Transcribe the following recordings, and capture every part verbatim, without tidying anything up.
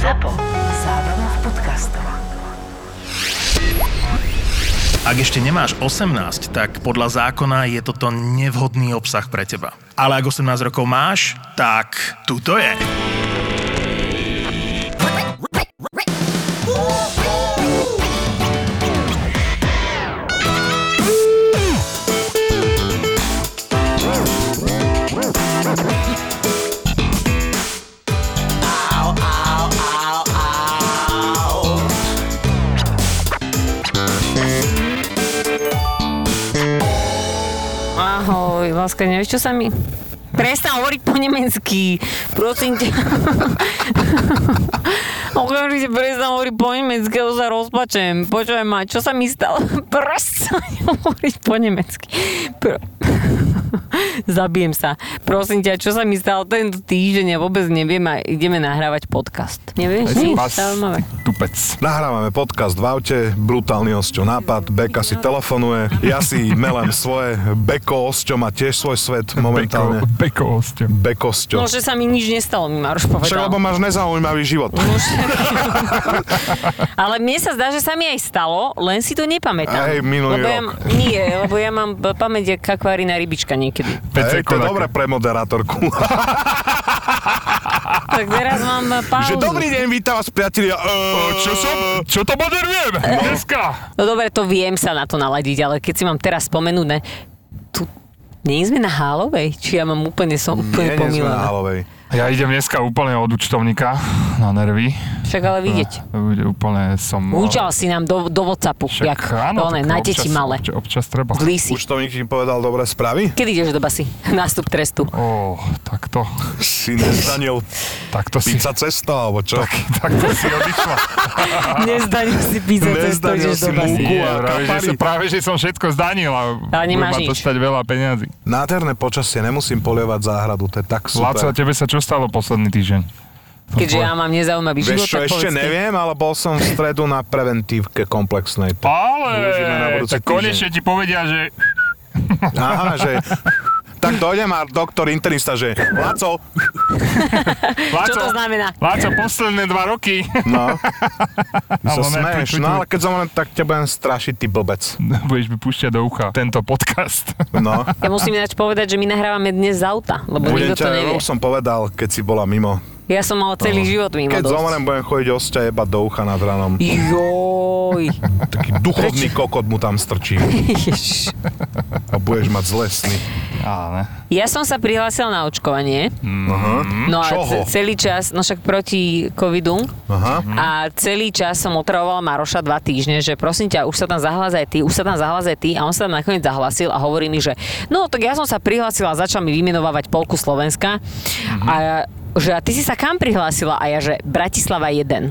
Zapo. Zábrná v podcastov. Ak ešte nemáš osemnásť, tak podľa zákona je toto nevhodný obsah pre teba. Ale ak osemnásť rokov máš, tak tuto je. Láska, nevieš, čo sa mi... Prestan hovoriť po nemecky. Prosím ťa. Okamžite prestan hovoriť po nemecky, lebo sa rozplačem. Počúvaj ma, čo sa mi stalo? Prestan hovoriť po nemecky. Pro... Zabijem sa. Prosím ťa, čo sa mi stalo tento týždeň? Ja vôbec neviem a ideme nahrávať podcast. Nevieš? Nič? Zaujímavé. Tupec. Nahrávame podcast v aute, brutálny osťo nápad, Beka si telefonuje, ja si melem svoje, Beko osťo má tiež svoj svet momentálne. Beko, Beko osťo. Beko osťo. No, že sa mi nič nestalo, mi Maroš povedal. Však, lebo máš nezaujímavý život. No, ale mne sa zdá, že sa mi aj stalo, len si to nepamätám. Hej, minulý lebo rok. Ja, nie, lebo ja mám pamäť jak akvárijná rybička niekedy. Hej, to je dobré pre moderátorku. Tak teraz mám pauzu. Že dobrý deň, vítam vás priatelia. Uh, Čo som? Čo to moderujem? Dneska? No dobre, to viem sa na to naladiť, ale keď si mám teraz spomenúť, ne, tu nie sme na Hálovej? Či ja mám úplne, som úplne nie, pomýlená? Nie, nie sme na Hálovej. Ja idem dneska úplne od účtovníka na nervy. Však ale vidieť. No, úplne som... Učal si nám do, do WhatsAppu, Však, jak áno, one, na deti malé. Občas, občas treba. Zlý si. Účtovník ti povedal dobré správy? Kedy ideš do basy? Nástup trestu. Ó, takto. Si nezdanil Takto si... pizza cesta, alebo čo? Tak, takto si odišla. Nezdanil si pizza cestu, Nezdanil ideš si do basy. múku. Nie, a práve, že kapary. som, práve, že som všetko zdanil a Ale nemáš budem ma to nič. stať veľa peňazí. Nádherné počasie, nemusím polievať záhradu, to je tak super. Laco, a tebe sa čo stalo posledný týždeň? Keďže ja mám nezaujímavý život, Vieš čo, tak ešte povedzte. neviem, ale bol som v stredu na preventívke komplexnej. Uvidíme na Ale, budúci tak konečne ti povedia, že... Aha, že... Tak dojdem a doktor internista, že Laco, Laco, Čo to znamená? Laco, posledné dva roky. no, sa Ale ne, smeješ, tu- tu- no ale keď zomrem, tak ťa budem strašiť, ty blbec. Budeš mi púšťať do ucha tento podcast. No, Ja musím ináč povedať, že my nahrávame dnes z auta, lebo budem nikto to ťa, nevie. už som povedal, keď si bola mimo. Ja som mal celý život mimo Keď dosť. zomrem, budem chodiť osťa jebať do ucha nad ranom. Joj. Taký duchovný kokot mu tam strčí Ježiš. a budeš mať zlé sny. Áno. Ja som sa prihlásila na očkovanie. Aha. No a Čoho? ce- celý čas, no však proti covidu. Aha. A celý čas som otravovala Maroša dva týždne, že prosím ťa, už sa tam zahlás aj ty, už sa tam zahlás aj ty. A on sa tam nakoniec zahlásil a hovorí mi, že no tak ja som sa prihlásila a začal mi vymenovávať polku Slovenska. Mm-hmm. A ja, že a ty si sa kam prihlásila? A ja, že Bratislava jeden.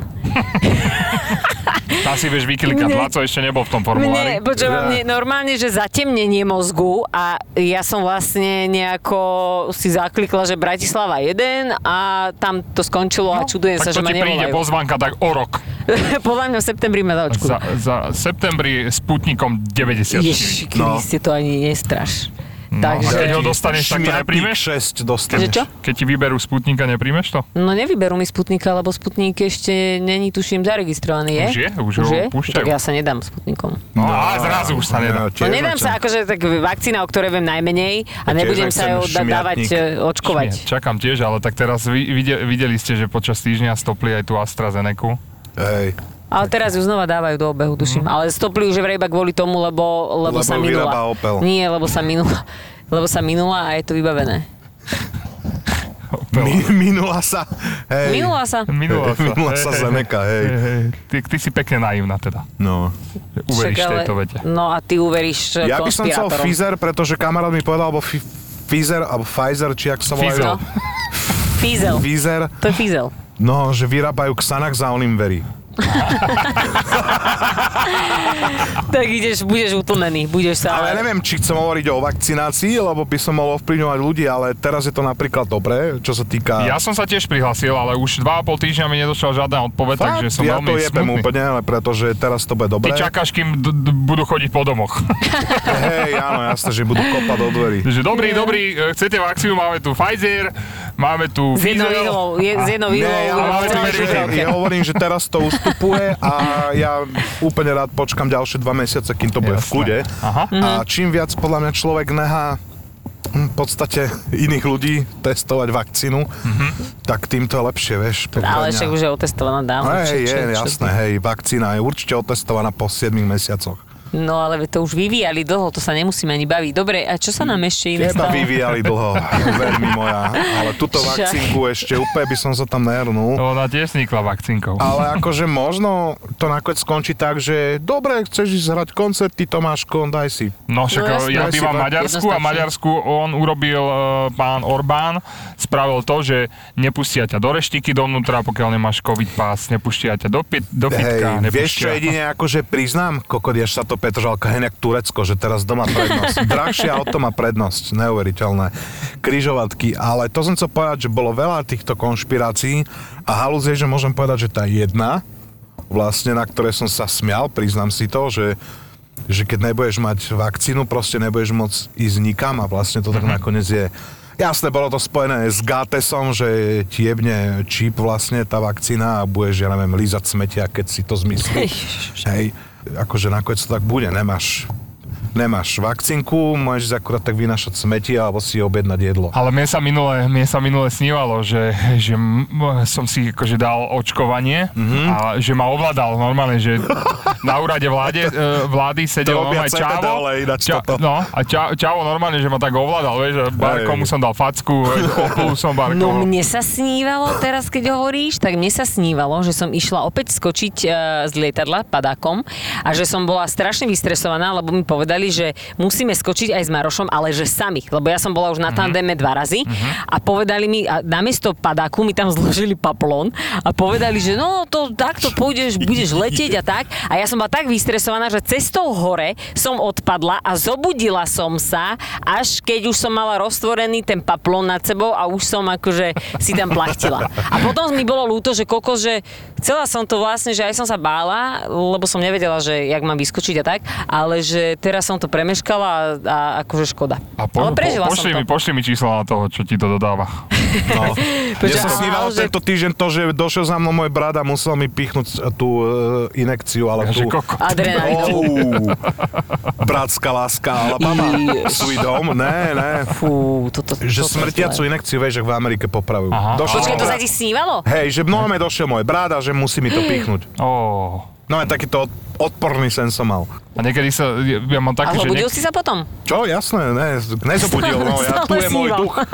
Tam si vieš vyklikať, Mne- Laco ešte nebol v tom Mne, formulári. počúvam, mne normálne, že zatemnenie mozgu a ja som vlastne nejako si zaklikla, že Bratislava jeden a tam to skončilo a čudujem tak sa, to že ma ti príde nevolajú. pozvánka tak o rok. Podľa mňa v septembri ma zaočkujú. Za, za septembri s Sputnikom deväťdesiatštyri. Ježiš, No. Kriste, to ani nestraš. No, a Takže, keď ho dostaneš, tak to Šmiatník nepríjmeš? šesť že dostaneš. čo? Keď ti vyberú Sputnika, nepríjmeš to? No nevyberú mi Sputnika, lebo Sputnik ešte není, tuším, zaregistrovaný, je? Už je? Už ho púšťajú? Tak ja sa nedám Sputnikom. No, a zrazu už sa nedá. No nedám sa, akože tak vakcína, o ktorej viem najmenej a Ja tiež nebudem nechcem sa ju da- dávať šmiatník. e, očkovať. Nie, čakám tiež, ale tak teraz vy, videli, videli ste, že počas týždňa stopli aj tú AstraZeneku. Hej. Ale teraz ju znova dávajú do obehu, tuším. Ale stopli už vraj iba kvôli tomu, lebo, lebo, Lebo sa ju minula. vyrába Opel. Nie, lebo sa minula. Lebo sa minula a je to vybavené. Mi, minula sa. Hej. Minula sa. Minula sa. Minula sa Hej, hej, Zeneka, hej. hej, hej. Ty, ty si pekne naivná teda. No. Uveríš Však ale- tejto vete. No a ty uveríš Ja by som chcel konšpirátorom. Pfizer, pretože kamarát mi povedal, alebo Fi- Pfizer, alebo Pfizer, či ak sa Pfizer. volajú. Fízel. Pfizer. To je fízel. No, že vyrábajú Xanax a on im verí. Tak ideš, budeš utlmený, budeš sa... Ale ja neviem, či chcem hovoriť o vakcinácii, lebo by som mohol ovplyvňovať ľudí, ale teraz je to napríklad dobré, čo sa týka... Ja som sa tiež prihlásil, ale už dva a pol týždňa mi nedošla žiadna odpoveď, Fakt? takže som ja veľmi to jebem smutný. úplne, ale pretože teraz to bude Ty dobré. čakáš, kým d- d- budú chodiť po domoch. Hej, áno, jasné, že budú kopať do dverí. Takže dobrý, dobrý, e, chcete vakcínu, máme tu Pfizer, máme tu S jednou výzel. výhľou, je, s jednou výhľou. Nie, ja, máme hovorím, tu že, veriť. ja hovorím, že teraz to ustupuje a ja úplne rád počkam ďalšie dva mesiace, kým to bude v Jasné. kľude. Aha. A čím viac podľa mňa človek nehá v podstate iných ľudí testovať vakcínu, mm-hmm. tak tým to je lepšie, vieš. Ale však už je otestovaná dávno. Hej, čo- čo- je, čo- jasné, hej, vakcína je určite otestovaná po siedmich mesiacoch. No ale to už vyvíjali dlho, to sa nemusíme ani baviť. Dobre, a čo sa nám ešte iné Teba stalo? vyvíjali dlho, veľmi moja, ale túto Však. vakcínku ešte úplne by som sa tam nehrnul. To ona tiež vznikla vakcínkou. Ale akože možno to nakoniec skončí tak, že dobre, chceš ísť hrať koncerty, Tomáško, daj si. No však No jasné. ja Daj si bývam v tak. Maďarsku a Jednoznačne. Maďarsku on urobil uh, pán Orbán, spravil to, že nepustia ťa do reštiky dovnútra, pokiaľ nemáš covid pass, nepustia ťa do, pit, do fitka, Hej, vieš čo nepustia. jedine akože priznám, kokodiaš sa to Petržalka, henek Turecko, že teraz doma prednosť. Drahšie auto má prednosť, neuveriteľné. Križovatky, ale to som chcel povedať, že bolo veľa týchto konšpirácií a halúz je, že môžem povedať, že tá jedna, vlastne na ktorej som sa smial, priznám si to, že že keď nebudeš mať vakcínu, proste nebudeš môcť ísť nikam a vlastne to tak nakoniec je. Jasné, bolo to spojené s gátesom, že ti jebne čip vlastne tá vakcína a budeš, ja neviem, lízať smetia, keď si to zmyslíš. Hej, akože nakoniec to tak bude, nemáš nemáš vakcínku, môžeš akurát tak vynášať smeti alebo si objednať jedlo. Ale mne sa minule, mne sa minule snívalo, že, že m- som si akože dal očkovanie mm-hmm. a že ma ovládal normálne, že na úrade vláde, e, vlády sedel To robia normálne cé pé dé, Čavo. ale ináč toto. no, a ča, Čavo normálne, že ma tak ovládal, vieš, že barkomu som dal facku, opolu som barkom. No mne sa snívalo, teraz keď hovoríš, tak mne sa snívalo, že som išla opäť skočiť uh, z lietadla padákom a že som bola strašne vystresovaná, lebo mi povedali, že musíme skočiť aj s Marošom, ale že sami, lebo ja som bola už na tandeme dva razy a povedali mi, a namiesto padáku mi tam zložili paplón a povedali, že no to takto pôjdeš, budeš letieť a tak a ja som bola tak vystresovaná, že cestou hore som odpadla a zobudila som sa, až keď už som mala roztvorený ten paplón nad sebou a už som akože si tam plachtila. A potom mi bolo ľúto, že kokos, že chcela som to vlastne, že aj som sa bála, lebo som nevedela, že jak mám vyskočiť a tak, ale že teraz som to premeškala a, a akože škoda. A po, ale prežila po, pošli, som mi, to. pošli mi čísla na toho, čo ti to dodáva. No. Počkaj, Ja som ale- snívalo že- tento týždeň to, že došiel za mnou môj brat a musel mi pichnúť tú uh, inekciu, ale Ja, že tú... koko. Adrenalín. Oh, bratská láska, ale mama, sweet home, ne, ne. Fú, toto, Že toto smrtiacu zle. inekciu, vieš, že v Amerike popravujú. Aha. Došiel Počkaj, to môj sa brat- ti snívalo? Hej, že mnohome došiel môj brat a že musí mi to pichnúť. Oh. No a takýto od- odporný sen som mal. A niekedy sa, ja, ja mám A taký, že... zobudil Niek- si sa potom? Čo? Jasné, ne, nezobudil, no ja, tu je môj Sníval. duch.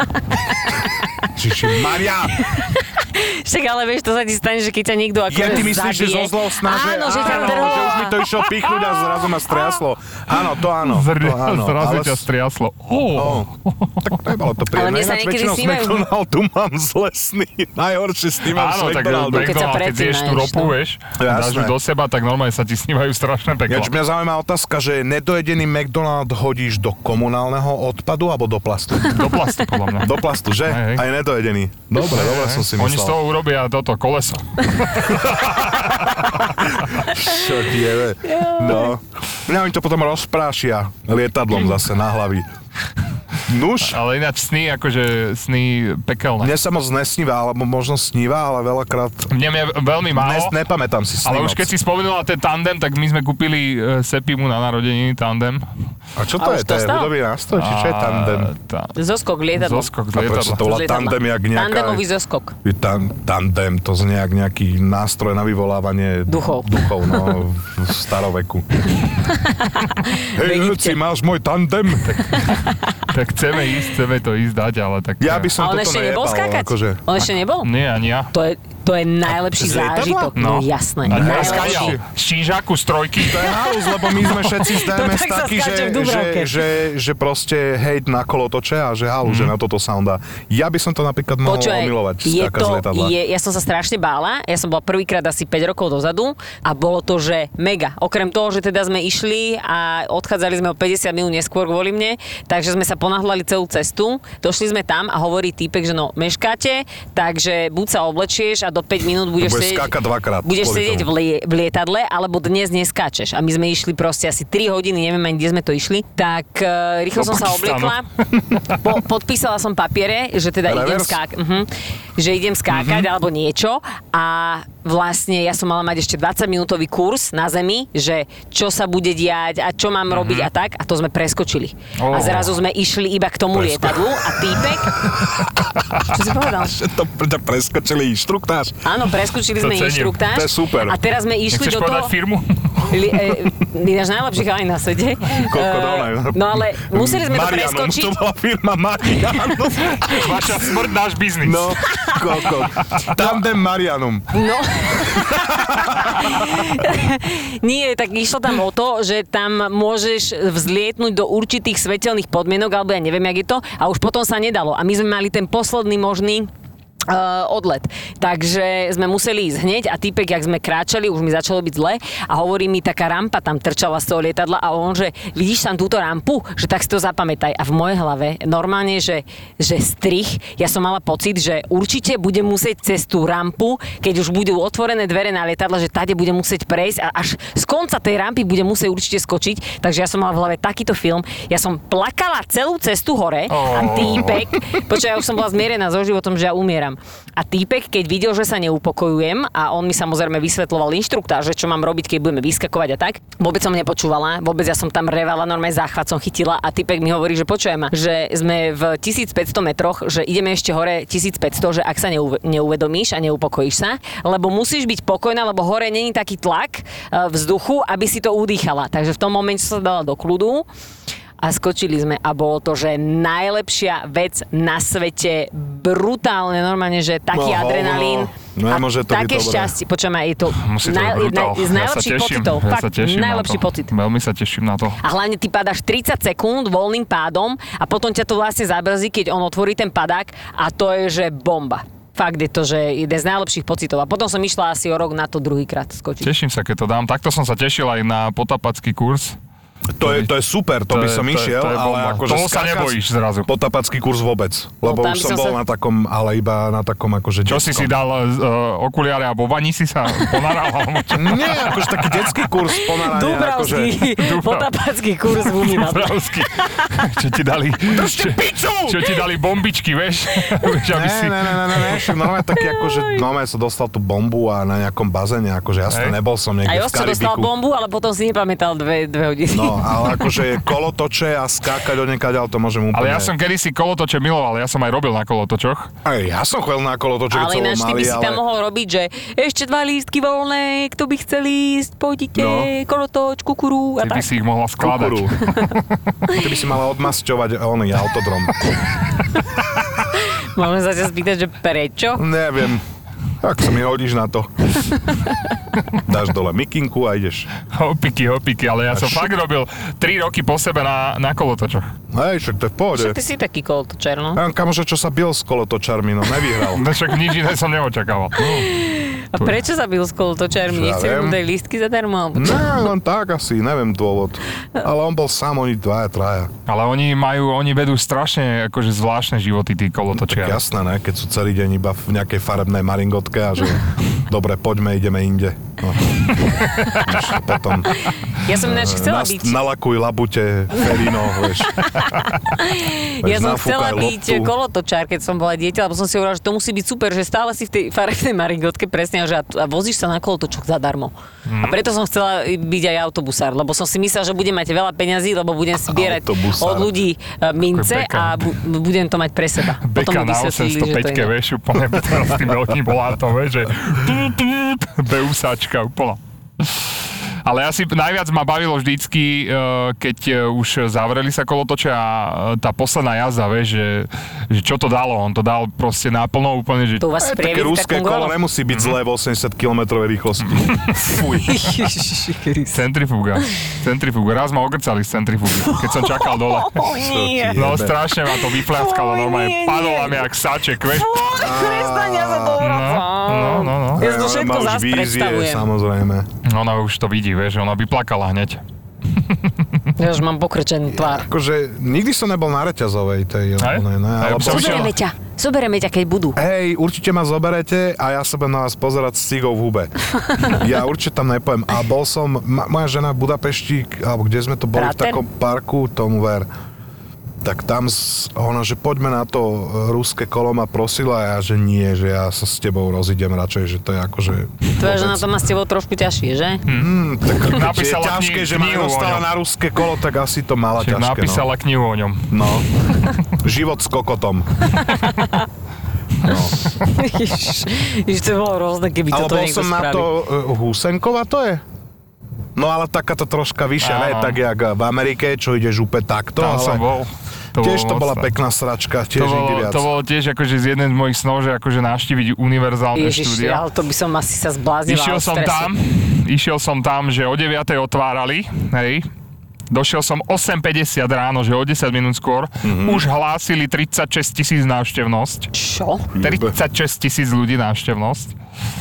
Čiže Maria, Však ale vieš, to sa ti stane, že keď ťa niekto ako ja ty myslíš, že zo zlou snaže, Áno, že ťa áno, trhlo. že už mi to išlo pichnúť a zrazu ma striaslo. Áno, to áno, to Zr- áno. Zrazu ale ťa s- striaslo. Oh. Oh, tak nebolo to príjemné. Ale mne sa Ináč niekedy väčšinou z snívajú. McDonaldu mám zlé sny. Najhoršie sny mám z Áno, tak McDonaldu. Keď sa McDonald, keď predtým zješ tú naješ, ropu, no. vieš, dáš ju Jasné. do seba, tak normálne sa ti snívajú strašné peklo. Ináč mňa zaujíma otázka, že nedojedený McDonald hodíš do komunálneho odpadu alebo do plastu? Do plastu, podľa mňa. Do plastu, že? Hej, hej. Aj nedojedený. Dobre, dobre som si Oni z myslel. toho urobia toto koleso. Čo ti je, ve? No. Mňa mi to potom rozprášia lietadlom zase na hlavy. Nuž, Ale ináč sny, akože sny pekelné. mne sa moc nesníva, alebo možno sníva, ale veľakrát Mne je veľmi málo. Nes, nepamätám si sny Ale už moc. keď si spomenula ten tandem, tak my sme kúpili uh, Sepimu na narodeniny tandem. A čo to A je? už To to je stalo? hudobný nástroj, či čo je tandem? Tá, Zoskok lietadlo. zoskok z A prečo lietadla. to volá Z lietadla. tandem, jak nejaká... Tandemový zoskok. Tan, tandem, to znie jak nejaký nástroj na vyvolávanie Duchov. duchov no, v staroveku. Hej, Luci, máš môj tandem? Tak chceme ísť, chceme to ísť dať, ale tak... Ja by som A on toto ešte nebol nejebal, skákať? akože. On ešte nebol? Nie, ani ja. To je, to je najlepší z lietadla? zážitok. No, No. jasné. A Ne, teraz Najlepší. kaďal? Z čížaku, z trojky? To je halus, lebo my sme všetci z dé em es tak sa takí, že, skáče v že, Dubravke. že, že proste hejt na kolotoče a že halus, Mhm. že na toto sounda. Ja by som to napríklad mohol Počúvaj, omilovať, je skákať z to, lietadla. je, ja som sa strašne bála, ja som bola prvýkrát asi päť rokov dozadu a bolo to, že mega. Okrem toho, že teda sme išli a odchádzali sme o päťdesiat minút neskôr kvôli mne, takže sme sa ponáhľali celú cestu, došli sme tam a hovorí týpek, že no meškáte, takže buď sa oblečieš a do päť minút budeš Budeš sedieť, skákať dvakrát. budeš kvôli sedieť v, tomu. lie, v lietadle, alebo dnes neskáčeš. A my sme išli proste asi tri hodiny, neviem ani, kde sme to išli. Tak uh, rýchlo Do som sa Pakistanu. obliekla, po, podpísala som papiere, že teda idem, Reverse? skák, uh-huh, že idem skákať Mhm. alebo niečo. A vlastne ja som mala mať ešte dvadsaťminútový kurz na zemi, že čo sa bude diať a čo mám robiť a tak. A to sme preskočili. Oh. A zrazu sme išli iba k tomu Presko- lietadlu a týpek... Čo si povedal? Že to pre- preskočili inštruktáž. Áno, preskočili To sme cením. inštruktáž. To je super. A teraz sme išli Nechceš do povedať toho... firmu? Li, e, ináč najlepší chalani na svete. Koľko Eh, dole. No ale museli sme to Marianum, preskočiť. to bola firma Marianum. Vaša smrť, náš biznis. No, koľko. Tandem Marianum. No. Nie, tak išlo tam o to, že tam môžeš vzlietnúť do určitých svetelných podmienok, alebo ja neviem, jak je to, a už potom sa nedalo. A my sme mali ten posledný možný Uh, odlet. Takže sme museli ísť hneď a týpek, jak sme kráčali, už mi začalo byť zle a hovorí mi, taká rampa tam trčala z toho lietadla a on, že vidíš tam túto rampu, že tak si to zapamätaj. A v mojej hlave normálne, že, že strich, ja som mala pocit, že určite budem musieť cez tú rampu, keď už budú otvorené dvere na lietadla, že tade budem musieť prejsť a až z konca tej rampy budem musieť určite skočiť. Takže ja som mala v hlave takýto film. Ja som plakala celú cestu hore a Oh. týpek, počkaj, ja už som bola zmierená so životom, že ja umieram. A týpek, keď videl, že sa neupokojujem a on mi samozrejme vysvetľoval inštruktár, že čo mám robiť, keď budeme vyskakovať a tak, vôbec som nepočúvala, vôbec ja som tam revala, normálne záchvat som chytila a týpek mi hovorí, že počujem ma, že sme v tisícpäťsto metroch, že ideme ešte hore tisícpäťsto, že ak sa neuve- neuvedomíš a neupokojíš sa, lebo musíš byť pokojná, lebo hore není taký tlak e, vzduchu, aby si to udýchala. Takže v tom momente som sa dala do kľudu. A skočili sme a bolo to, že najlepšia vec na svete, brutálne, normálne, že taký No, adrenalín. no, nemôže to byť také dobré. šťastie, počujem ma, je to, Musí to byť naj, jedna, brutál. z Ja sa najlepších teším, pocitov. ja Fakt, sa teším najlepší na to. pocit. Veľmi sa teším na to. A hlavne ty padáš tridsať sekúnd voľným pádom a potom ťa to vlastne zabrzí, keď on otvorí ten padák a to je, že bomba. Fakt je to, že jeden z najlepších pocitov. A potom som išla asi o rok na to druhýkrát skočiť. Teším sa, keď to dám. Takto som sa tešil aj na potapacký kurz. To je, to je super, to, To by je- som to je- išiel, to je ale bomba. akože Toho sa skákať nebojíš zrazu. potapacký kurz vôbec. Lebo tam už by som som bol sa- na takom, ale iba na takom akože Čo si si detskom. dal uh, okuliare a vo vani si sa ponaral? alebo čo? Nie, akože taký detský kurz ponárania. Dúbravský, Akože, potapacký kurz v Uminat. Dúbravský. Čo ti dali... Čo, čo ti dali bombičky, vieš? Vieš, aby ne, si... ne, ne, ne, ne, ne, však normálne taký akože, normálne som dostal tú bombu a na nejakom bazéne, akože jasne, Hej. nebol som A niekde v Josko dostal Karibiku. bombu, ale potom si nepamätal dve, dve hodiny. No, ale akože kolotoče a skákať od ale to môžem úplne... Ale ja som kedysi kolotoče miloval, ja som aj robil na kolotočoch. Aj ja som chodil na kolotoče, keď Ale som bol ináč ty by malý, si tam ale... mohol robiť, že ešte dva lístky voľné, kto by chcel ísť, poďte, No. kolotoč, kukuru a Ty by tak. si ich mohla skladať. Kukuru. Ty by si mala odmasťovať oný autodrom. Môžem sa ťa spýtať, že prečo? Neviem. Tak sa mi hodíš na to. Dáš dole mikinku a ideš. Hopiky, hopiky, ale ja som fakt robil tri roky po sebe na, na kolotočoch. Hej, však to je v pohode. Však ty si taký kolotočer, no. Ja, kamože, čo sa bil s kolotočarmi, no nevyhral. No však nič iné som neočakával. A prečo sa bil s kolotočermi? Čo ja Nechceli mu viem. dať lístky zadarmo? alebo čo? Ne, len tak asi, neviem dôvod. Ale on bol sám, oni dvaja, traja. Ale oni majú, oni vedú strašne akože zvláštne životy, tí Tak kolotočiari. jasné, ne? Keď sú celý deň iba v nejakej farebnej maringotke a že dobre, poďme, ideme inde. No. Už potom Ja som ináč chcela nas- byť... nalakuj labute, ferino, vieš. Ja som nafúkaj chcela byť loptu. kolotočár, keď som bola dieťa, lebo som si hovorila, že to musí byť super, že stále si v tej farebnej maringotke presne a, že a, a vozíš sa na kolotočoch zadarmo. Mhm. A preto som chcela byť aj autobusár, lebo som si myslela, že budem mať veľa peňazí, lebo budem zbierať Autobusár. od ľudí e, mince beka. a bu- budem to mať pre seba. Beka mi na vysvetlili, že to osemstopäť, je... vieš, úplne s tým veľkým volátom, vieš, že beusáčka úplne. Ale asi najviac ma bavilo vždycky, eh, keď eh, už zavreli sa kolotoče a eh, tá posledná jazda, vieš, že, že čo to dalo, on to dal proste naplno úplne, že To u vás Aj také sprievidzi tak ruské kolo fungovalo? nemusí byť zlé v osemdesiat kilometrovej rýchlosti. Fuj. Ježiši Kriste. centrifúga. Centrifúga. Raz ma ogrcali z centrifúgy, keď som čakal dole. O nie. No strašne ma to vyfľackalo, Oj, normálne nie, padol nie. mi jak saček, vieš. Krestania sa to vracia. No, no, no. Ja si to Ale všetko má už zás vízie, predstavujem. samozrejme. Ona už to vidí, vieš, ona vyplakala hneď. Ja už mám pokrčený tvár. Akože nikdy som nebol na reťazovej tej. Hej? Ne, ne, Hej, ale som bol- išiel- Zoberieme ťa. Zoberieme ťa, keď budú. Hej, určite ma zoberete a ja sa budem na vás pozerať s cigou v hube. Ja určite tam nepojem. A bol som, ma, moja žena v Budapešti, alebo kde sme to boli, v Prater? takom parku, tomu ver. Tak tam z- ona, že poďme na to e, ruské kolo ma prosila a ja, že nie, že ja sa s tebou rozídem radšej, že to je akože... Tvoja vôbec- žena to má s tebou trošku ťažšie, že? Hmm, tak keď je Napísala ťažké, kni- že ma knihu o dostala ňom. na ruské kolo, tak asi to mala Čiže ťažké. napísala knihu o ňom. No. no. Život s kokotom. No. Ježiš, Ježiš, to bolo rôzne, keby Ale toto bol niekto som na spravil. to uh, Húsenkova to je? No ale takáto troška vyššia, ne Áno. tak jak v Amerike, čo ideš úplne takto, Tam ale som bol. To tiež to bolo bola mocné. pekná sračka, tiež To nikdy bolo, viac. to bolo tiež akože z jeden z mojich snov, že akože navštíviť univerzálne Ježiš, štúdia. ale to by som asi sa zbláznila Išiel od som stresu. tam, išiel som tam, že o deviatej otvárali, hej. Došiel som osem päťdesiat ráno, že o desať minút skôr. Mm-hmm. Už hlásili tridsaťšesť tisíc návštevnosť. Čo? tridsaťšesť tisíc ľudí návštevnosť.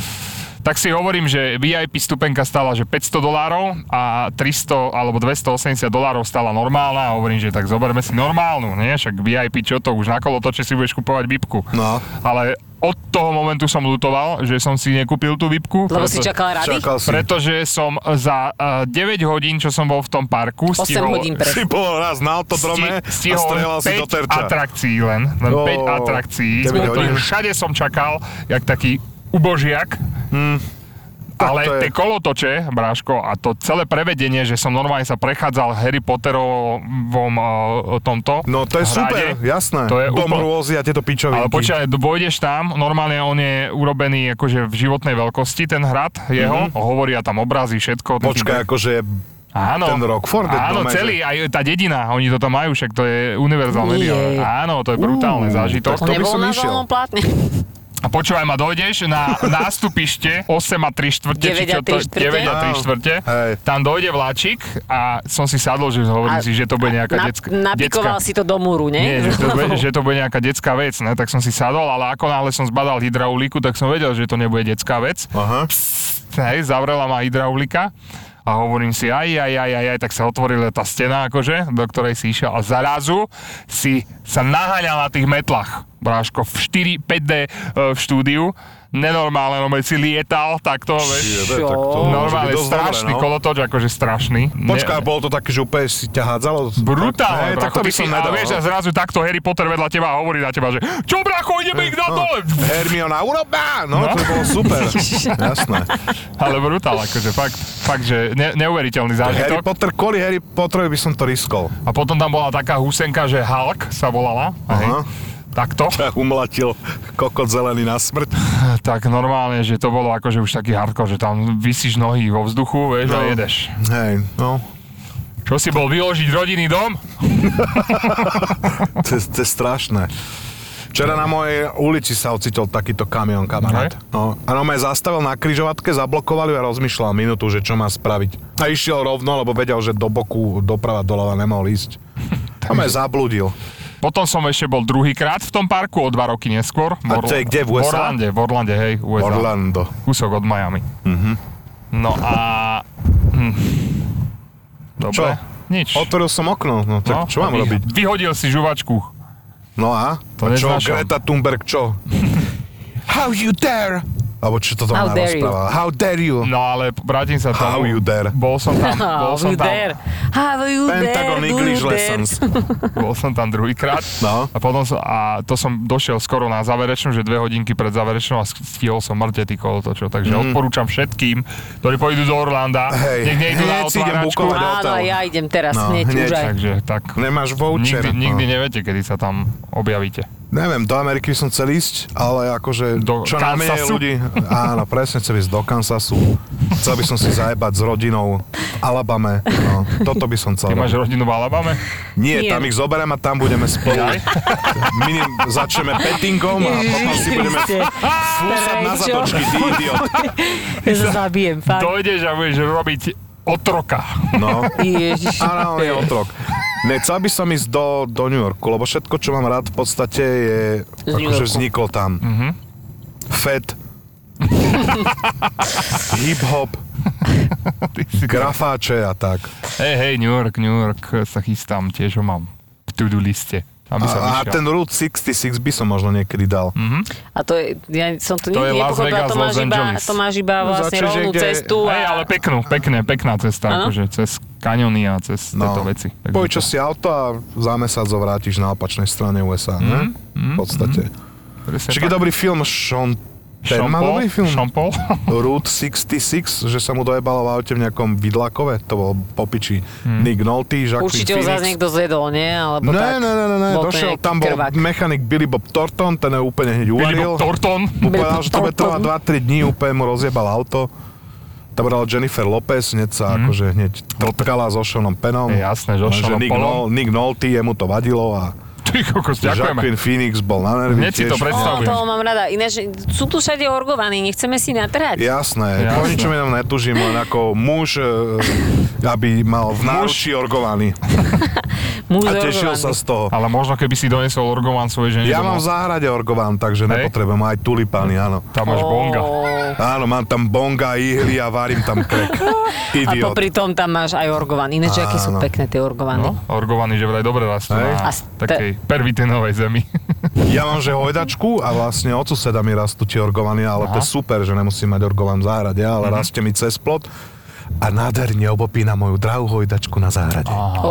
Tak si hovorím, že vé í pé stupenka stála, že päťsto dolárov a tristo alebo dvestoosemdesiat dolárov stála normálna a hovorím, že tak zoberme si normálnu, nie? Však vé í pé čo to, už na kolotoče si budeš kupovať bipku. No. Ale od toho momentu som ľutoval, že som si nekúpil tú bipku. Lebo si čakal rady? Čakal si. Pretože som za uh, deväť hodín, čo som bol v tom parku, osem stihol, hodín pre. Si bol raz na autodrome a sti- stihol strelal si do päť terča. atrakcií len. Len Ó, päť atrakcií. deväť hodín. Pretože všade som čakal, jak taký ubožiak. Hmm. Tak Ale to je- tie kolotoče, Bráško, a to celé prevedenie, že som normálne sa prechádzal Harry Potterovom uh, tomto No to je hrade, super, jasné. To je Dom úplne- hrôzy a tieto pičovinky. Ale počkaj, vojdeš tam, normálne on je urobený akože v životnej veľkosti, ten hrad jeho, mm-hmm. hovoria tam obrazy, všetko. Počkaj, akože Áno, ten Rockford je áno, dome, celý, že- aj tá dedina, oni to tam majú, však to je univerzálne. Nie. Áno, to je brutálne zážitok. tak to by Nebol som na išiel. voľnom plátne. A počúvaj ma, dojdeš na nástupište osem a tri štvrte, či deväť a čo tri to, štvrte? deväť a tri štvrte, Hej. tam dojde vláčik a som si sadol, že hovorím A si, že to bude nejaká Na, detská... napikoval si to do múru, nie? Nie, že to, bude, že to bude nejaká detská vec, ne? Tak som si sadol, ale ako náhle som zbadal hydrauliku, tak som vedel, že to nebude detská vec. Aha. Hej, zavrela ma hydraulika a hovorím si, aj, aj, aj, aj, aj, tak sa otvorila tá stena, akože, do ktorej si išiel a zrazu si sa naháňal na tých metlách, Bráško, v štyri päť dé e, v štúdiu, nenormálne, no si lietal takto, vieš. Jebe, tak to môže byť Normálne, dosť strašný dobré, no. kolotoč, akože strašný. Počkaj, Ne- bolo to také, že úplne si ťa hádzalo? Brutálne, Hej, tak bracho, to by ty si, som a nedal. vieš, a no. zrazu takto Harry Potter vedľa teba a hovorí na teba, že čo bracho, ideme ich na dole. Hermiona, uroba! No, No. to bolo super. Jasné. Ale brutál, akože fakt, fakt, že ne, neuveriteľný Harry zážitok. Potter, kvôli Harry Potterovi by som to riskol. A potom tam bola taká husenka, že Hulk sa volala. Hej. Aha. Takto. Ja umlatil kokot zelený na smrť. Tak normálne, že to bolo akože už taký hardcore, že tam visíš nohy vo vzduchu, vieš, a No. jedeš. Hej, no. Čo si bol vyložiť rodinný dom? To je, to je strašné. Včera na mojej ulici sa ocitol takýto kamión, kamarát. Hej. No, a on ma zastavil na križovatke, zablokovali a rozmýšľal minútu, že čo má spraviť. A išiel rovno, lebo vedel, že do boku, doprava, doľava nemohol ísť. A ma zabludil. Potom som ešte bol druhýkrát v tom parku, o dva roky neskôr. A to je kde, v ú es á? V Orlande, v Orlande, hej, ú es á. Orlando. Kúsok od Miami. Mhm. No a... Hm. Dobre. Čo? Nič. Otvoril som okno, no tak čo mám vy- robiť? Vyhodil si žuvačku. No a? To a čo, neznášam. Greta Thunberg, čo? How you dare? Alebo čo toto How ona dare you. rozprávala? How dare you? No ale vrátim sa How tomu. you dare? Bol som tam, bol How som you tam, dare? How you Pentagon dare? Do English you dare? lessons. bol som tam druhýkrát. No. A potom som, a to som došiel skoro na záverečnú, že dve hodinky pred záverečnou a stihol som mŕte ty kolotočo. Takže mm. odporúčam všetkým, ktorí pôjdu do Orlanda, Hej, nech nejdu na hneď si idem otváračku. bukovať. Áno, hotel. ja idem teraz No, hneď, hneď. už aj. Takže tak, Nemáš voucher. nikdy, nikdy no. neviete, kedy sa tam objavíte. Neviem, do Ameriky by som chcel ísť, ale akože Do čo najmenej Kansasu? ľudí. Áno, presne chcem ísť do Kansasu. Chcel by som si zajebať s rodinou v Alabame. No, toto by som chcel. Ty máš robiť. rodinu v Alabame? Nie, Nie. tam ich zoberiem a tam budeme spolu. Jaj. Minim, začneme pettingom a potom si budeme Kriste. fúsať na Prečo? zatočky, ty idiot. Ja sa zabijem, fakt. Dojdeš a budeš robiť otroka. No, Ježiš. áno, je otrok. Nechcel by som ísť do, do New Yorku, lebo všetko, čo mám rád v podstate je, Z New akože Yorku. vzniklo tam. Mhm. Fat, hip-hop, Ty si... grafáče a tak. Hej, hej, New York, New York sa chystám, tiež ho mám v to-do liste. Aby sa A, a vyšiel. ten Route šesťdesiatšesť by som možno niekedy dal. Mhm. A to je, ja som to, To je nikdy Las nepochopila, Vegas, to máš Los iba, Angeles. to máš iba No, vlastne začneš rovnú niekde- cestu Hej, a... ale peknú, pekne, pekná cesta, Áno? akože cez kaňony a cez No. tieto veci. Takže Požičaš to- si auto a za mesiac ho vrátiš na opačnej strane ú es á, ne? mm, V podstate. presne Čiže tak. dobrý film, Sean Penn Sean má Paul? dobrý film. Sean Paul? Route šesťdesiatšesť, že sa mu dojebalo v aute v nejakom vidlákove, to bol popiči Hmm. Nick Nolte, Jacqueline Určite ho zase Phoenix. niekto zjedol, nie? Alebo Ne, tak. ne, ne, ne, ne, Bol to došiel, nejaký tam bol krvák. mechanik Billy Bob Thornton, ten ho úplne hneď Billy uvaril. Bob Thornton? Mu Billy povedal, Bob že to bude trvať Thornton. dva tri dní, úplne mu rozjebal auto. Tam bola Jennifer Lopez, hneď sa akože hneď trtkala so Seanom Pennom. Je jasné, so Lenže Seanom Nick, Paulom. Nol- Nick Nolte, jemu to vadilo a Ty kokos, ďakujeme. Jacqueline Phoenix bol na nervy Hneď si to tiež. predstav- O, toho mám rada. Ináč, sú tu všade orgovaní, nechceme si natrhať. Jasné, Jasné. po ničom inom netužím, len ako muž, e, aby mal v náručí orgovaný Muž a tešil orgovaný. sa z toho. Ale možno keby si donesol orgován svojej žene Ja domov, mám v záhrade orgován, takže Hej. nepotrebujem aj tulipány, áno. tam máš bonga. Ó. Áno, mám tam bonga, ihly a varím tam krek. A Idiot. popri tom tam máš aj orgovan. Ináč, aké sú Áno. pekné tie orgované. No, orgovaný, že vraj dobre rastú Hej. na A ste- takej pervitinovej zemi. Ja mám, že hojdačku a vlastne od suseda mi rastú tie orgovaní, ale to je super, že nemusím mať orgovan v záhrade, ale rastie mi cez plot a nádherne obopína moju drahú hojdačku na záhrade. Ó.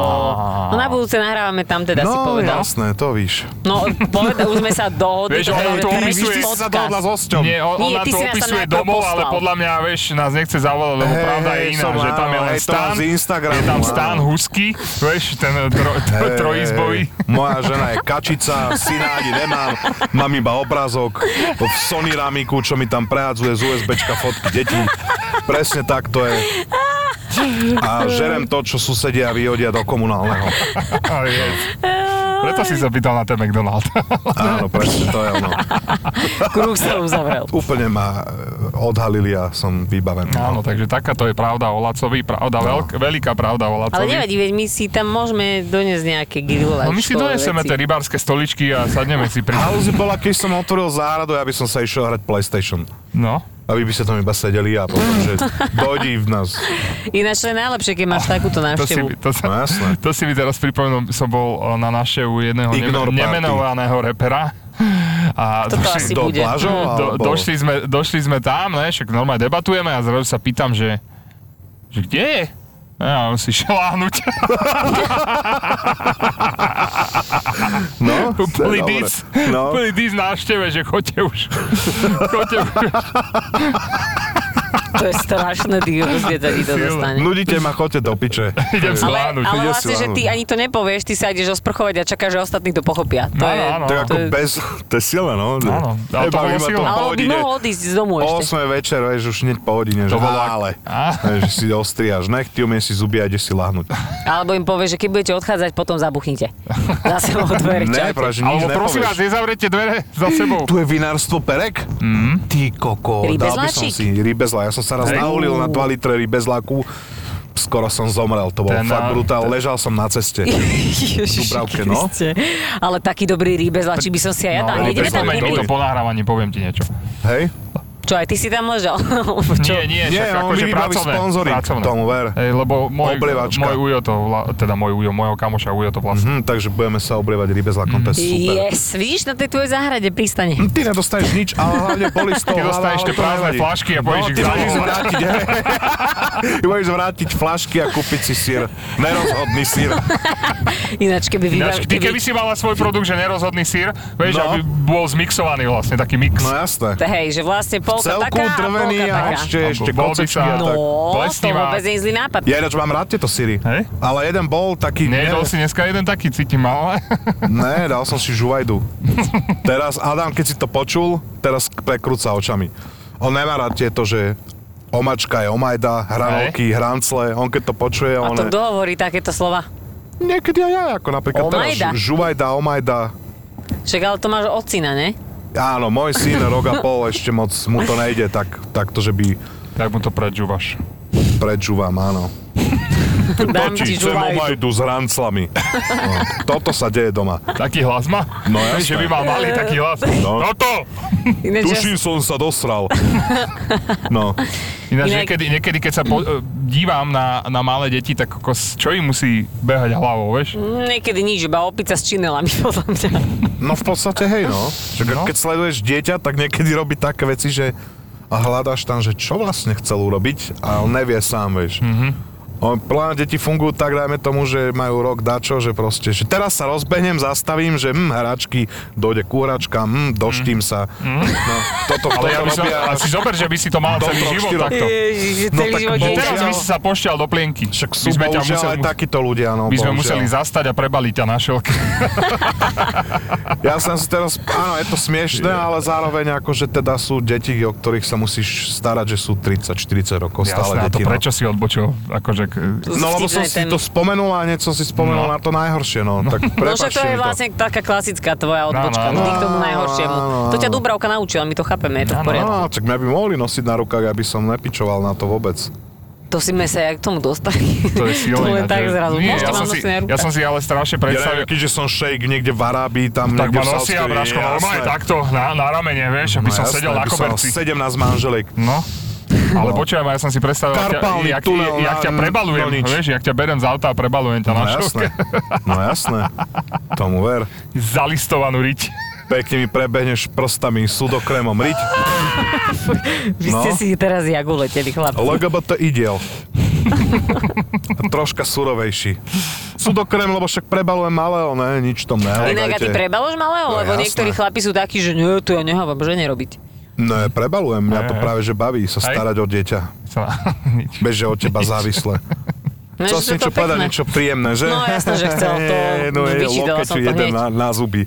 No na budúce nahrávame tam teda, si No, povedal. jasné, to víš. No, poveda, už sme sa dohodli. Vieš, ona že to tretí opisuje- Ty si sa dohodla s podcast. hosťom. Nie, on, Nie, ona ty to si nás tam opisuje najprv domov, ale poslal. podľa mňa, vieš, nás nechce zavolať, lebo Hej, pravda je hej, iná, som že tam je áno, len hej, to stan, z Instagramu, je tam áno. stan husky, vieš, ten tro, tro, Hej, trojizbový. hej, hej. Moja žena je kačica, syna ani nemám, mám iba obrázok v Sony Ramiku, čo mi tam prehadzuje z USBčka fotky detí. Presne tak to je. A žerem to, čo susedia vyhodia do komunálneho. Ale je. Preto si sa pýtal na ten McDonald. Áno, presne to je ono. Kruh sa uzavrel. Úplne ma e, odhalili a som vybavený. Áno, takže takáto je pravda o Lacovi, pravda, veľk, veľká pravda o Ale Lacovi. nevadí, veď my si tam môžeme doniesť nejaké grilovačkové No my si doneseme tie rybárske stoličky a sadneme si pri... Halúzi bola, keď som otvoril záhradu, ja by som sa išiel hrať PlayStation. No, A vy by ste tam iba sedeli a potom, že dojdi v nás. Ináč to je najlepšie, keď máš takúto to si, návštevu. to, sa, No jasné. to si mi teraz pripomenul, som bol o, na návštevu jedného Ignore neme, party. nemenovaného repera. A Kto to došli- asi Do bude? plážov, do, alebo... došli, sme, došli sme tam, ne, však normálne debatujeme a zrazu sa pýtam, že, že kde je? Ja on si šiel láhnuť. No, to je Úplný dobre. dis. No. Úplný dis návšteve, že choďte už. Choďte už. To je strašné, ty kokos, keď sa ti to Silné. dostane. Nudíte ma, choďte do piče. Idem sa Ale, láhnuť. ale ide vlastne, si že láhnuť. ty ani to nepovieš, ty sa ideš osprchovať a čakáš, že ostatní to pochopia. To Áno, je, áno. To je ako je- bez... To je silné, no. Áno, ale to Nebaví bolo ma silné. po Ale by hodine. mohol odísť z domu O ešte. osem večer, vieš, už hneď po hodine, že To bolo ak- ale. Á. Vieš, že si ostriaš nechty, umie si zuby a ideš si láhnuť. Alebo im povieš, že keď budete odchádzať, potom zabuchnite. Zase o dvere. Ne, čaute. práve, že nič Alebo prosím vás, nepovieš. nezavrete dvere za sebou. Tu je vinárstvo Perek? Mm. Ty koko, dal by som Rybezláčik? si rybezlá. Ja som sa raz Hej. naulil na dva litre rybezláku. Skoro som zomrel, to bol Ten, fakt a- brutál. Ležal som na ceste. Ježiši Dubravke, no. Kriste. Ale taký dobrý rýbezlačí by som si aj ja dal. No, Nejdeme tam pripomeň mi to kúpiť. po nahrávaní, poviem ti niečo. Hej? Čo, aj ty si tam ležal? Čo? Nie, nie, Nie, však on akože vybaví pracovné. sponzoring pracovné. tomu, ver. Hej, lebo môj, Oblievačka. môj ujo to, vla- teda môj ujo, môjho kamoša ujo to vlastne. Hm, takže budeme sa oblievať rybezlákom, to je super. Yes, vidíš, na tej tvojej záhrade pristane. Hm, Ty nedostaneš nič, ale hlavne boli z toho. Ty dostaneš tie prázdne flašky a pôjdeš no, ich ty môžeš zavolať. vrátiť, hej. Ty môžeš vrátiť flašky a kúpiť si sír. Nerozhodný sír. Ináč, keby Ináč, vybav... ty keby si mala svoj produkt, že nerozhodný sír, vieš, No. aby bol zmixovaný vlastne, taký mix. No jasné. Hej, že vlastne polka Celku taká a drvený polka a taká. ešte, ešte Bol by kocečky sa- a No, tak. to Plesnivá. vôbec nie je zlý nápad. Ja ináč mám rád tieto síry. Hej? Ale jeden bol taký... Nejedol si dneska jeden taký, cítim ale. Ne, dal som si žuvajdu. Teraz Adam, keď si to počul, teraz prekrúca očami. On nemá rád tieto, že omačka je omajda, hranolky, hrancle. On keď to počuje, A on to je... kto hovorí takéto slova? Niekedy aj ja, ako napríklad Omajda. teraz. Žuvajda, omajda. Však ale to máš od syna, ne? Áno, môj syn, rok a pol, ešte moc mu to nejde, tak, takto, že by Tak mu to predžúvaš. predžúvam, áno. Dám ti Totiž, sem žulajdu. majdu s hranclami. No, toto sa deje doma. Taký hlas má? No Vieš, že by jasné. mal malý taký hlas. No. Toto! Ináč, ja- Tuším, som sa dosral. No. Ináč Inak- niekedy, niekedy, keď sa po, e, dívam na, na malé deti, tak kokos, čo im musí behať hlavou, vieš? Niekedy nič, iba opica s činelami, podľa mňa. No v podstate hej, no. Že No. keď sleduješ dieťa, tak niekedy robí také veci, že a hľadáš tam, že čo vlastne chcel urobiť a on nevie sám, vieš. Mm-hmm. Plán deti fungujú tak, dajme tomu, že majú rok dačo, že proste, že teraz sa rozbehnem, zastavím, že hm, hračky, dojde ku hračkám, hm, doštím sa. Mhm. No, toto, Ale toto ja by som, robia. a si zober, že by si to mal Do celý troch, život štyroch. takto. Ježiš, No celý tak život bol- dieťa. Teraz by si sa pošťal do plienky. Však sú by sme ťa bohužiaľ museli, aj takíto ľudia, no. by sme bohužiaľ. museli zastať a prebaliť ťa na šelke. Ja som si teraz, áno, je to smiešné, ale zároveň akože teda sú deti, o ktorých sa musíš starať, že sú tridsať štyridsať rokov stále Jasné, a to deti. prečo si odbočil? Akože, k- To sú No, no lebo som vtipné si témy. to spomenul a niečo si spomenul No. na to najhoršie, no. Tak No však to prepáčte je mi to. vlastne taká klasická tvoja odbočka, no, no. vždy k tomu najhoršiemu. To ťa Dubravka naučila, my to chápeme, je to v poriadku. No, tak mňa by mohli nosiť na rukách, aby som nepičoval na to vôbec. To si sme sa jak k tomu dostali. to je silné. To len ináč, tak že- zrazu. Nie, Môžete ja, vám som si, nosiť na rukách. ja som si ale strašne Ja predstavil. neviem, keďže som šejk niekde v Arábii, tam Tak niekde ma v nosia, Saudskej- Braško, jasné. normálne takto, na, na ramene, vieš, aby No som jasné, sedel na by som mal koberci. sedemnásť manželiek. No. Ale počujem, ja som si predstavil, jak, ťa- Karpálny jak, tunel jak na- ťa prebalujem, no nič. vieš, jak ťa berem z auta a prebalujem ťa No na jasné, šelke. no jasné. Tomu ver. Zalistovanú riť. Pekne mi prebehneš prstami sudokrémom riť. Vy ste No. si teraz jak uleteli, chlapci. el gé bé té idiel. Troška surovejší. Sudokrém, lebo však prebalujem malého, ne, nič tom nehľadajte. Inak a ty prebaloš malého? No, Lebo jasné. niektorí chlapi sú takí, že nie, to ja nehávam, že nerobiť. Ne, prebalujem, mňa to Hej, hej. práve že baví sa Hej. starať o dieťa. Sa- Nič. Bez, že od teba závislé. No, Chcel že si to niečo pekné. povedať, niečo príjemné, že? No, jasné, že chcel, to no, je vyčítala lokeč som to jeden hneď. na, na zuby.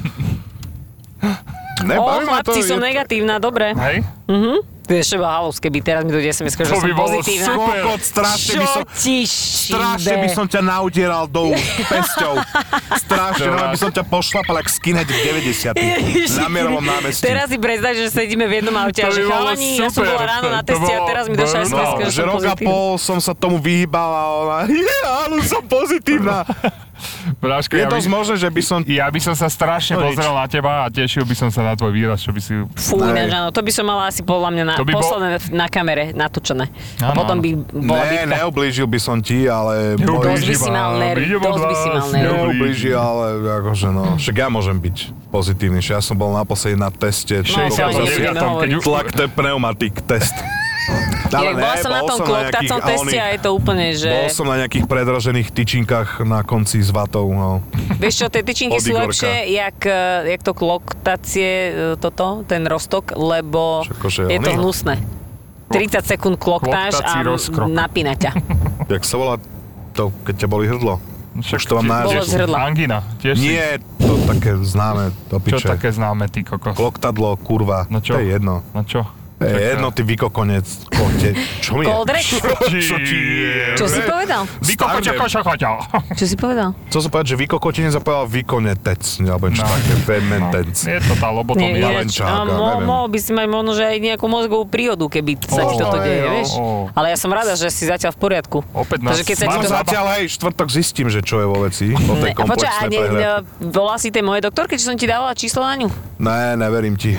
Ne, O, baví ma to, chlapci, som je- negatívna, dobre. Hej? Vieš, čo halus, keby teraz mi dojde es em es, že To som by bolo pozitívna. super. Kokot, strašne by som... Čo ti Strašne by šíbe? som ťa naudieral do pesťou. Strašne, no, by som ťa pošlapal jak skinhead v deväťdesiatych na Mierovom námestí. Teraz si predstav, že sedíme v jednom aute a To že by bolo chalani, ja som super. bola ráno na To teste a bolo- teraz mi došla es em es, No, že že som rok a pozitívna. pol som sa tomu vyhýbal a ona, je, áno, som pozitívna. Bráško, Je ja, dosť by, možné, že by som... ja by som sa strašne No nič. pozrel na teba a tešil by som sa na tvoj výraz, čo by si... Fú, Hej. ináč áno, to by som mala asi podľa mňa na, To by bol- posledné na kamere natočené. A Áno, potom áno. by bola Ne, bitka. neublížil by som ti, ale... Neublížil. môj- Dosť by si mal nerv, Idem od dosť by si vás, mal nerv. Neublížil, ale akože no... Však ja môžem byť pozitívnejší. Ja som bol naposledy na teste. No, to ani nebudeme hovoriť. Tlak te pneumatik test. Inak bola som na tom kloktacom teste a je to úplne, že... Bol som na nejakých predražených tyčinkách na konci s vatou, no. Vieš čo, tie tyčinky Od sú Igorka. lepšie, jak, eh, jak to kloktacie, eh, toto, ten roztok, lebo Čo, akože je to oný? hnusné. tridsať sekúnd kloktáš Kloktací a rozkrok. napína ťa. Jak sa volá to, keď ťa boli hrdlo? Už to mám Bolo názov. z hrdla. Angina, tiež si. Nie, to také známe, to Čo piče. také známe, ty kokos? Kloktadlo, kurva, No čo? to je jedno. No čo? To je jedno, ty vykokonec, kote. Čo mi je? Koldrek? Čo ti je? Čo si povedal? Vykokoča, koša, koťa. Čo si povedal? Chcel som povedať, že vykokotinec a povedal vykonetec, alebo niečo No. také, vementec. Je to tá lobotomia. Nie, Valenčáka, a mo- neviem. mohol by si mať možno, že aj nejakú mozgovú prírodu, keby sa ti Ó, toto deje, ó, vieš? ó. Ale ja som rada, že si zatiaľ v poriadku. Opäť nás- Takže keď sa ti Mám to... za- Zatiaľ, hej, štvrtok zistím, že čo je vo veci, po tej Ne, a počkaj, a komplexnej ne, prehliadke. ne, volá si tej mojej doktorke, či som ti dávala číslo na ňu? Ne, neverím ti.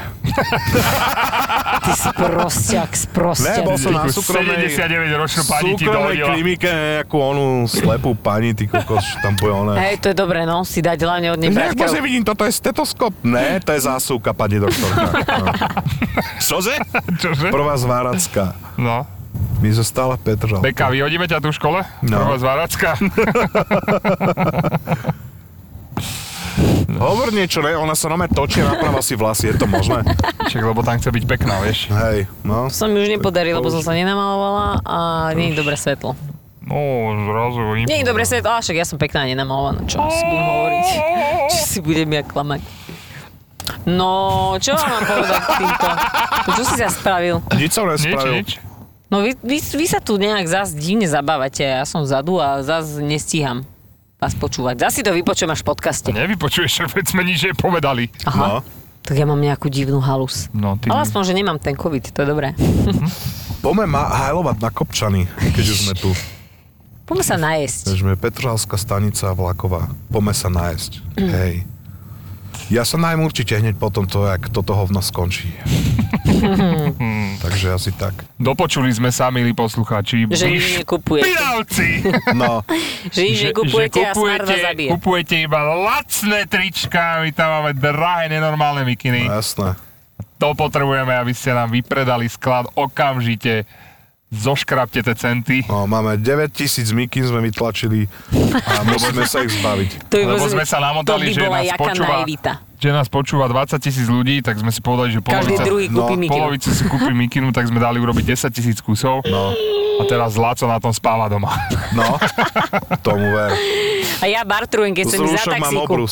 Ty si prostiak, Ne, sprostiak. bol som na Takú súkromnej... sedemdesiatdeväťročnú pani ti súkromnej dohodila. klinike nejakú onú slepú pani, ty kokos, tam bude ona. Hej, to je dobré, no, si dať hlavne od nej Ne, brať krv. bože, vidím, toto je stetoskop. Ne, to je zásuvka, pani doktorka. No. Čože? Čože? Prvá zváracká. No. My sme stále Petržal. Beka, vyhodíme ťa tu v škole? No. Prvá zváracka? Hovor niečo, ne? Ona sa nome točí a naprava si vlasy, je to možné? Čak, lebo tam chce byť pekná, vieš. Hej, no. To sa mi už nepodarí, lebo som sa nenamalovala a nie je dobré svetlo. No, zrazu... Nie je dobré svetlo, a však ja som pekná nenamalovaná, čo si budem hovoriť? Čo si budem ja klamať? No, čo vám mám povedať k týmto? To čo si sa spravil? Nič som Nič, nespravil. nič. No vy, vy, vy sa tu nejak zás divne zabávate, ja som vzadu a zás nestíham vás počúvať. Zás si to vypočujem až v podcaste. Nevypočuješ, veď sme nič nepovedali. Aha, No. tak ja mám nejakú divnú halus. No, ty... Ale aspoň, že nemám ten covid, to je dobré. Poďme ma hajlovať na kopčany, keď už sme tu. Poďme sa najesť. Sme Petržalská stanica vlaková. Poďme sa najesť. Mm. Hej. Ja sa najem určite hneď po tomto, jak toto hovno skončí. Takže asi tak. Dopočuli sme sa, milí poslucháči. Že nič nekupujete. Špinavci! No. Že nič nekupujete a smár vás zabije. Kupujete iba lacné trička, my tam máme drahé, nenormálne mikiny. No, jasné. To potrebujeme, aby ste nám vypredali sklad okamžite. Zoškrapte tie centy. No, máme deväťtisíc mikin sme vytlačili a musíme sa ich zbaviť. To by Lebo bol- sme sa namotali, to by že bola nás jaká počúva, naivita. že nás počúva dvadsať tisíc ľudí, tak sme si povedali, že Každý polovica, druhý kúpi no, mikinu. polovica si kúpi mikinu, tak sme dali urobiť desať tisíc kusov. No. A teraz Láco na tom spáva doma. No, tomu ver. A ja bartrujem, keď Z som za rúšok mám taxíku. obrus.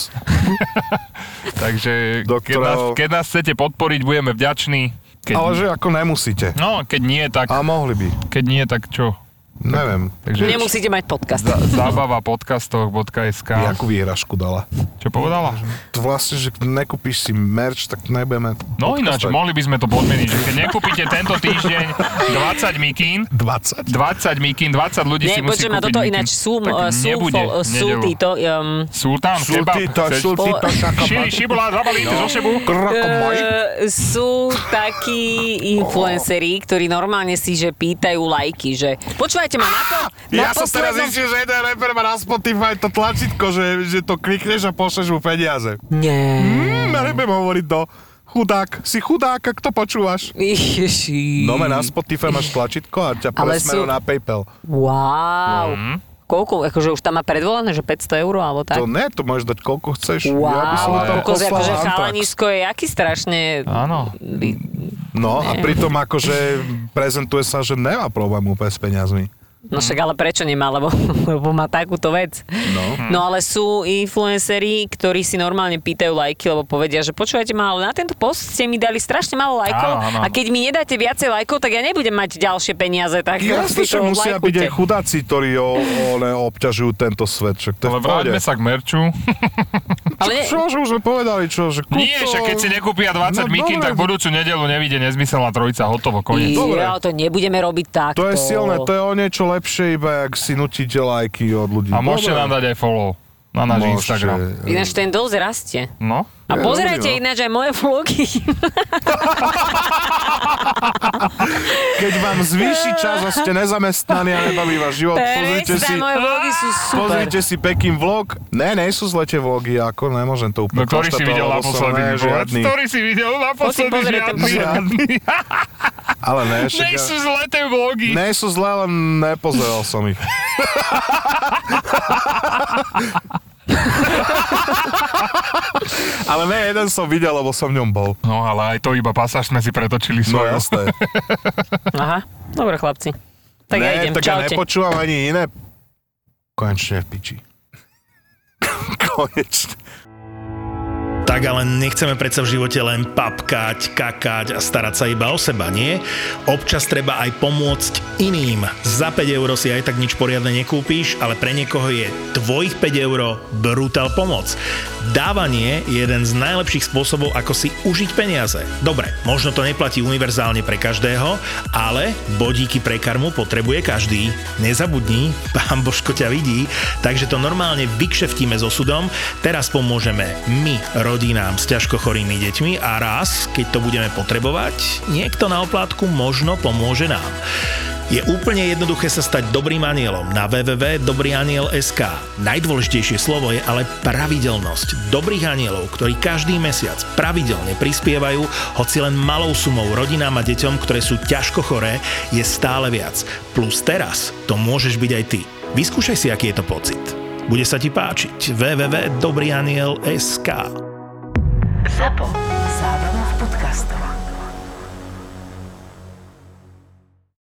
Takže Do keď, nás, ktorého- keď nás chcete podporiť, budeme vďační. Keď, Ale že ako nemusíte. No, keď nie, tak, A mohli by. keď nie, tak čo? Neviem. Takže Nemusíte mať podcast. za, zábava podcastoch bodka es ká. Jakú výhražku dala. Čo povedala? To vlastne, že keď nekúpiš si merch, tak nebudeme... No ináč, podcastovať. mohli by sme to podmeniť, že keď nekúpite tento týždeň dvadsať mikín, dvadsať. dvadsať mikín, dvadsať ľudí si Nie, musí počujem, a kúpiť toto mikín. ináč sú, Tak uh, sú, nebude fo- v sú nedeľu. títo, um, Sultán, kebab, Sultito, chceš? sultito, šakapa. Šili, šibula, zabalíte zo šebu. Krokomoj. uh, sú takí influenceri, ktorí normálne si, že pýtajú lajky, že počúvajte ma na to, na Ja som teraz poslednom... zistil, že jeden rapper má na Spotify to tlačítko, že, že to klikneš a pošleš mu peniaze. Nie. Mm, ja nebudem hovoriť do chudák. Si chudák, ak to počúvaš. Ježiši. No, na Spotify máš tlačítko a ťa Ale presmerujú sú- na PayPal. Wow. Mhm. Koľko? Akože už tam má predvolané, že päťsto eur alebo tak? To ne, to môžeš dať koľko chceš. Wow, Ja by som ale- tam koľko, poslal akože Antrax. chalanisko je aký strašne... Áno. No a pritom akože prezentuje sa, že nemá problém úplne s peniazmi. No však ale prečo nemá, lebo, lebo má takúto vec. No. No ale sú influenceri, ktorí si normálne pýtajú lajky, lebo povedia, že počúvajte ma, ale na tento post ste mi dali strašne málo lajkov Áno, áno. a keď mi nedáte viacej lajkov, tak ja nebudem mať ďalšie peniaze. Tak Jasne, že to musia byť lajkujte. aj chudáci, ktorí o, o, ne, obťažujú tento svet. Však to je Ale v pohode. vráťme sa k merču. Ale ne, Čo, že už sme povedali, čo, že kúp Nie, to- že keď si nekúpia dvadsať No, mikín, dobre. tak budúcu nedelu nevíde nezmyselná trojica, hotovo, koniec. Dobre. ja, to nebudeme robiť takto. To je silné, to je o niečo lepšie, iba jak si nutíte lajky od ľudí. A môžete Dobre. nám dať aj follow na náš Môžete. Instagram. Ináč ten dosť rastie. No. A Je pozerajte dobrý, no. ináč aj moje vlogy. Keď vám zvýši čas a ste nezamestnaní a nebaví váš život, pozrite si, Presta, moje vlogy sú super. pozrite si Pekin vlog. Ne, ne sú zle tie vlogy, ako nemôžem to úplne No, ktorý si videl konštatovať, lebo som naposledy? ne, Povedz, žiadny. Ktorý si videl naposledy? pozrieť ten Žiadny. Žiadny. Ale ne, však Nech ja- sú zlé tie vlogy. Ne sú zle, len nepozeral som ich. Ale ne, jeden som videl, lebo som v ňom bol. No, ale aj to iba pasáž sme si pretočili No svoju. jasné. Aha, dobre chlapci. Tak ne, ja idem, tak ja čaute. nepočúvam ani iné. Konečne v piči. Konečne. Tak ale nechceme predsa v živote len papkať, kakať a starať sa iba o seba, nie? Občas treba aj pomôcť iným. Za päť eur si aj tak nič poriadne nekúpíš, ale pre niekoho je tvojich päť eur brutál pomoc. Dávanie je jeden z najlepších spôsobov, ako si užiť peniaze. Dobre, možno to neplatí univerzálne pre každého, ale bodíky pre karmu potrebuje každý. Nezabudni, pán Božko ťa vidí, takže to normálne vykšeftíme s osudom. Teraz pomôžeme my, rodinám s ťažko chorými deťmi a raz, keď to budeme potrebovať, niekto na oplátku možno pomôže nám. Je úplne jednoduché sa stať dobrým anielom na w w w bodka dobrý aniel bodka es ká. Najdôležitejšie slovo je ale pravidelnosť dobrých anielov, ktorí každý mesiac pravidelne prispievajú, hoci len malou sumou rodinám a deťom, ktoré sú ťažko choré, je stále viac. Plus teraz to môžeš byť aj ty. Vyskúšaj si, aký je to pocit. Bude sa ti páčiť. w w w bodka dobrý aniel bodka es ká. Zapo. Zábrná v podcastovách.